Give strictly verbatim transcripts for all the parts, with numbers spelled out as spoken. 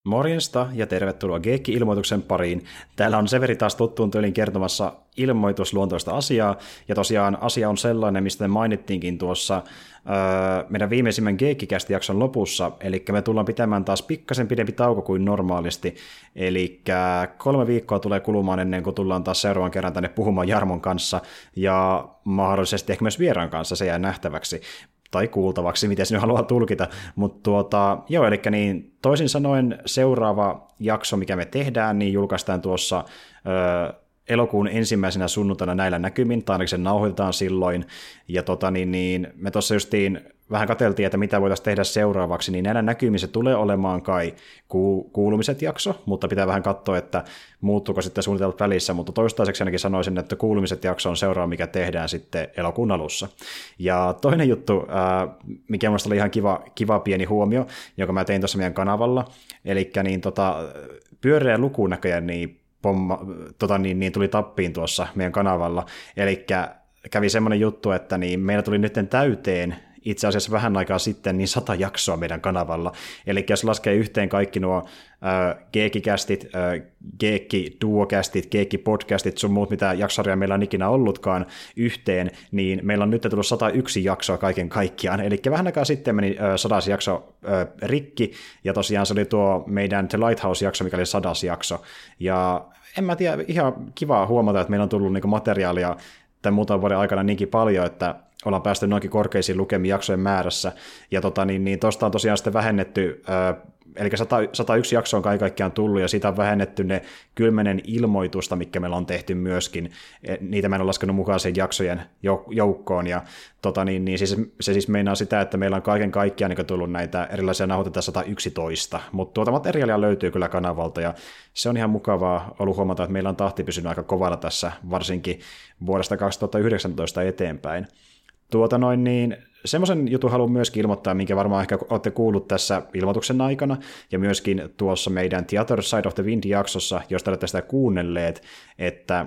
Morjesta ja tervetuloa Geekki-ilmoituksen pariin. Täällä on Severi taas tuttuun tyylin kertomassa ilmoitusluontoista asiaa, ja tosiaan asia on sellainen, mistä me mainittiinkin tuossa öö, meidän viimeisimmän Geekkikästi-jakson lopussa, eli me tullaan pitämään taas pikkasen pidempi tauko kuin normaalisti, eli kolme viikkoa tulee kulumaan ennen kuin tullaan taas seuraavan kerran tänne puhumaan Jarmon kanssa, ja mahdollisesti ehkä myös vieraan kanssa, se jää nähtäväksi. Tai kuultavaksi, miten sinä haluaa tulkita, mutta tuota, joo, eli niin, toisin sanoen seuraava jakso, mikä me tehdään, niin julkaistaan tuossa ö, elokuun ensimmäisenä sunnuntaina näillä näkymin, tai ainakin se nauhoitetaan silloin, ja tota, niin, niin, me tuossa justiin vähän katseltiin, että mitä voitaisiin tehdä seuraavaksi, niin näillä näkymissä tulee olemaan kai kuulumiset jakso, mutta pitää vähän katsoa, että muuttuuko sitten suunnitelmat välissä, mutta toistaiseksi ainakin sanoisin, että kuulumiset jakso on seuraava, mikä tehdään sitten elokuun alussa. Ja toinen juttu, mikä minusta oli ihan kiva, kiva pieni huomio, jonka mä tein tuossa meidän kanavalla, eli niin, tota, pyöreä luku näköjään niin, pomma, tota, niin, niin tuli tappiin tuossa meidän kanavalla, eli kävi semmoinen juttu, että niin meillä tuli nyt täyteen itse asiassa vähän aikaa sitten niin sata jaksoa meidän kanavalla. Eli jos laskee yhteen kaikki nuo äh, Geekkikästit, äh, Geekki-duokästit, Geekki-podcastit, sun muut, mitä jaksoria meillä on ikinä ollutkaan yhteen, niin meillä on nyt tullut sata yksi jaksoa kaiken kaikkiaan. Eli vähän aikaa sitten meni äh, sadas jakso äh, rikki, ja tosiaan se oli tuo meidän The Lighthouse-jakso, mikä oli sadas jakso. Ja en mä tiedä, ihan kivaa huomata, että meillä on tullut niinku materiaalia tämän muutaman vuoden aikana niinkin paljon, että ollaan päästy noinkin korkeisiin lukemiin jaksojen määrässä, ja tota, niin, niin tuosta on tosiaan sitten vähennetty, äh, eli sata, sata yksi jaksoa on kaiken kaikkiaan tullut, ja siitä on vähennetty ne kymmenen ilmoitusta, mitkä meillä on tehty myöskin, niitä mä en ole laskenut mukaan sen jaksojen joukkoon, ja tota, niin, niin siis, se siis meinaa sitä, että meillä on kaiken kaikkiaan niin tullut näitä erilaisia nauhoiteita sata yksitoista, mutta tuota materiaalia löytyy kyllä kanavalta, ja se on ihan mukavaa ollut huomata, että meillä on tahti pysynyt aika kovalla tässä, varsinkin vuodesta kaksituhattayhdeksäntoista eteenpäin. Tuota noin niin, semmoisen jutun haluan myöskin ilmoittaa, minkä varmaan ehkä olette kuullut tässä ilmoituksen aikana, ja myöskin tuossa meidän The Other Side of the Wind-jaksossa, josta olette sitä kuunnelleet, että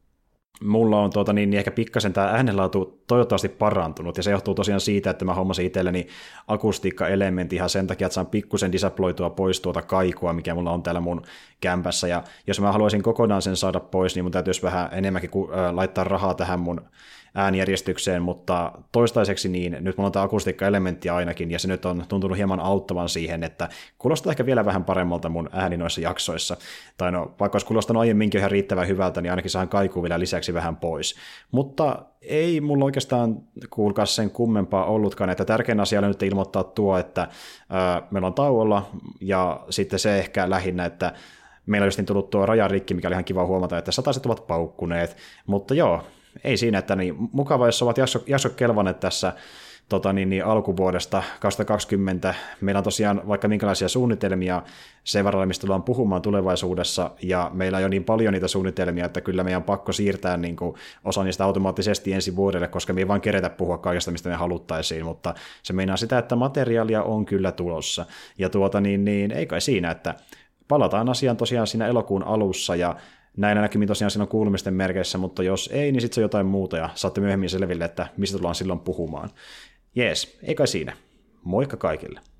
mulla on tuota, niin, niin ehkä pikkasen tämä äänenlaatu toivottavasti parantunut, ja se johtuu tosiaan siitä, että mä hommasin itselleni akustiikka-elementin ihan sen takia, että saan pikkusen disaploitua pois tuota kaikua, mikä mulla on täällä mun kämpässä, ja jos mä haluaisin kokonaan sen saada pois, niin mun täytyisi vähän enemmänkin äh, laittaa rahaa tähän mun äänijärjestykseen, mutta toistaiseksi niin nyt mulla on tämä akustiikka-elementti ainakin, ja se nyt on tuntunut hieman auttavan siihen, että kuulostaa ehkä vielä vähän paremmalta mun ääni noissa jaksoissa. Tai no, vaikka olisi kuulostanut aiemminkin ihan riittävän hyvältä, niin ainakin saan kaikua vielä lisäksi vähän pois. Mutta ei mulla oikeastaan kuulkaa sen kummempaa ollutkaan, että tärkein asia oli nyt ilmoittaa tuo, että ää, meillä on tauolla, ja sitten se ehkä lähinnä, että meillä on just tullut tuo rajarikki, mikä oli ihan kiva huomata, että sataset ovat paukkuneet, mutta joo, ei siinä, että niin, mukava, jos ovat jakso, jakso kelvanneet tässä tota, niin, niin, alkuvuodesta kaksituhattakaksikymmentä. Meillä on tosiaan vaikka minkälaisia suunnitelmia sen varalla, mistä tullaan puhumaan tulevaisuudessa, ja meillä on jo niin paljon niitä suunnitelmia, että kyllä meidän on pakko siirtää niin kuin, osa niistä automaattisesti ensi vuodelle, koska me ei vaan keretä puhua kaikesta, mistä me haluttaisiin, mutta se meinaa sitä, että materiaalia on kyllä tulossa. Ja tuota, niin, niin, ei kai siinä, että palataan asiaan tosiaan siinä elokuun alussa, ja näin näkymin tosiaan siinä on kuulumisten merkeissä, mutta jos ei, niin sitten se on jotain muuta, ja saatte myöhemmin selville, että mistä tullaan silloin puhumaan. Jees, ei kai siinä. Moikka kaikille.